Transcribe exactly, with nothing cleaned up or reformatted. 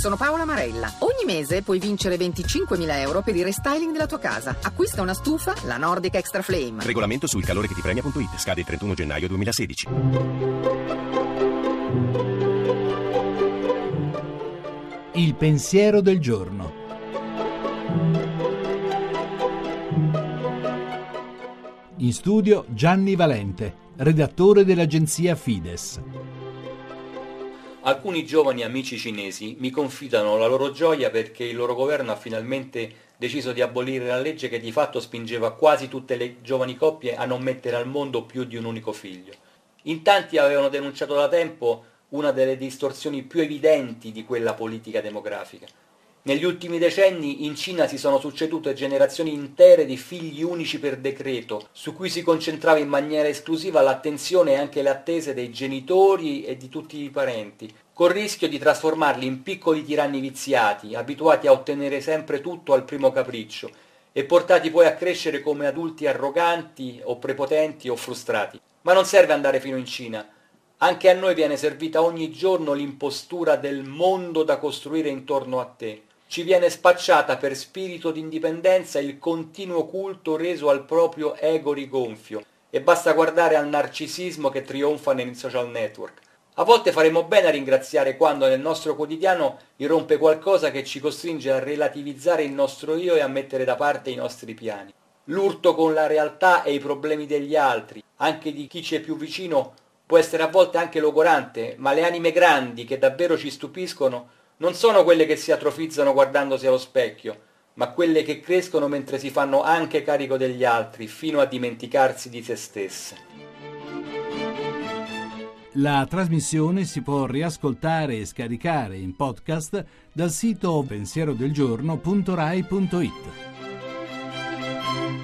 Sono Paola Marella. Ogni mese puoi vincere venticinquemila euro per il restyling della tua casa. Acquista una stufa, la Nordic Extra Flame. Regolamento sul calore che ti premia punto it. Scade il trentuno gennaio duemilasedici. Il pensiero del giorno. In studio Gianni Valente, redattore dell'agenzia Fides. Alcuni giovani amici cinesi mi confidano la loro gioia perché il loro governo ha finalmente deciso di abolire la legge che di fatto spingeva quasi tutte le giovani coppie a non mettere al mondo più di un unico figlio. In tanti avevano denunciato da tempo una delle distorsioni più evidenti di quella politica demografica. Negli ultimi decenni in Cina si sono succedute generazioni intere di figli unici per decreto, su cui si concentrava in maniera esclusiva l'attenzione e anche le attese dei genitori e di tutti i parenti, col rischio di trasformarli in piccoli tiranni viziati, abituati a ottenere sempre tutto al primo capriccio, e portati poi a crescere come adulti arroganti o prepotenti o frustrati. Ma non serve andare fino in Cina. Anche a noi viene servita ogni giorno l'impostura del mondo da costruire intorno a te. Ci viene spacciata per spirito di indipendenza il continuo culto reso al proprio ego rigonfio, e basta guardare al narcisismo che trionfa nei social network. A volte faremo bene a ringraziare quando nel nostro quotidiano irrompe qualcosa che ci costringe a relativizzare il nostro io e a mettere da parte i nostri piani. L'urto con la realtà e i problemi degli altri, anche di chi ci è più vicino, può essere a volte anche logorante, ma le anime grandi che davvero ci stupiscono non sono quelle che si atrofizzano guardandosi allo specchio, ma quelle che crescono mentre si fanno anche carico degli altri, fino a dimenticarsi di se stesse. La trasmissione si può riascoltare e scaricare in podcast dal sito pensierodelgiorno punto rai punto it.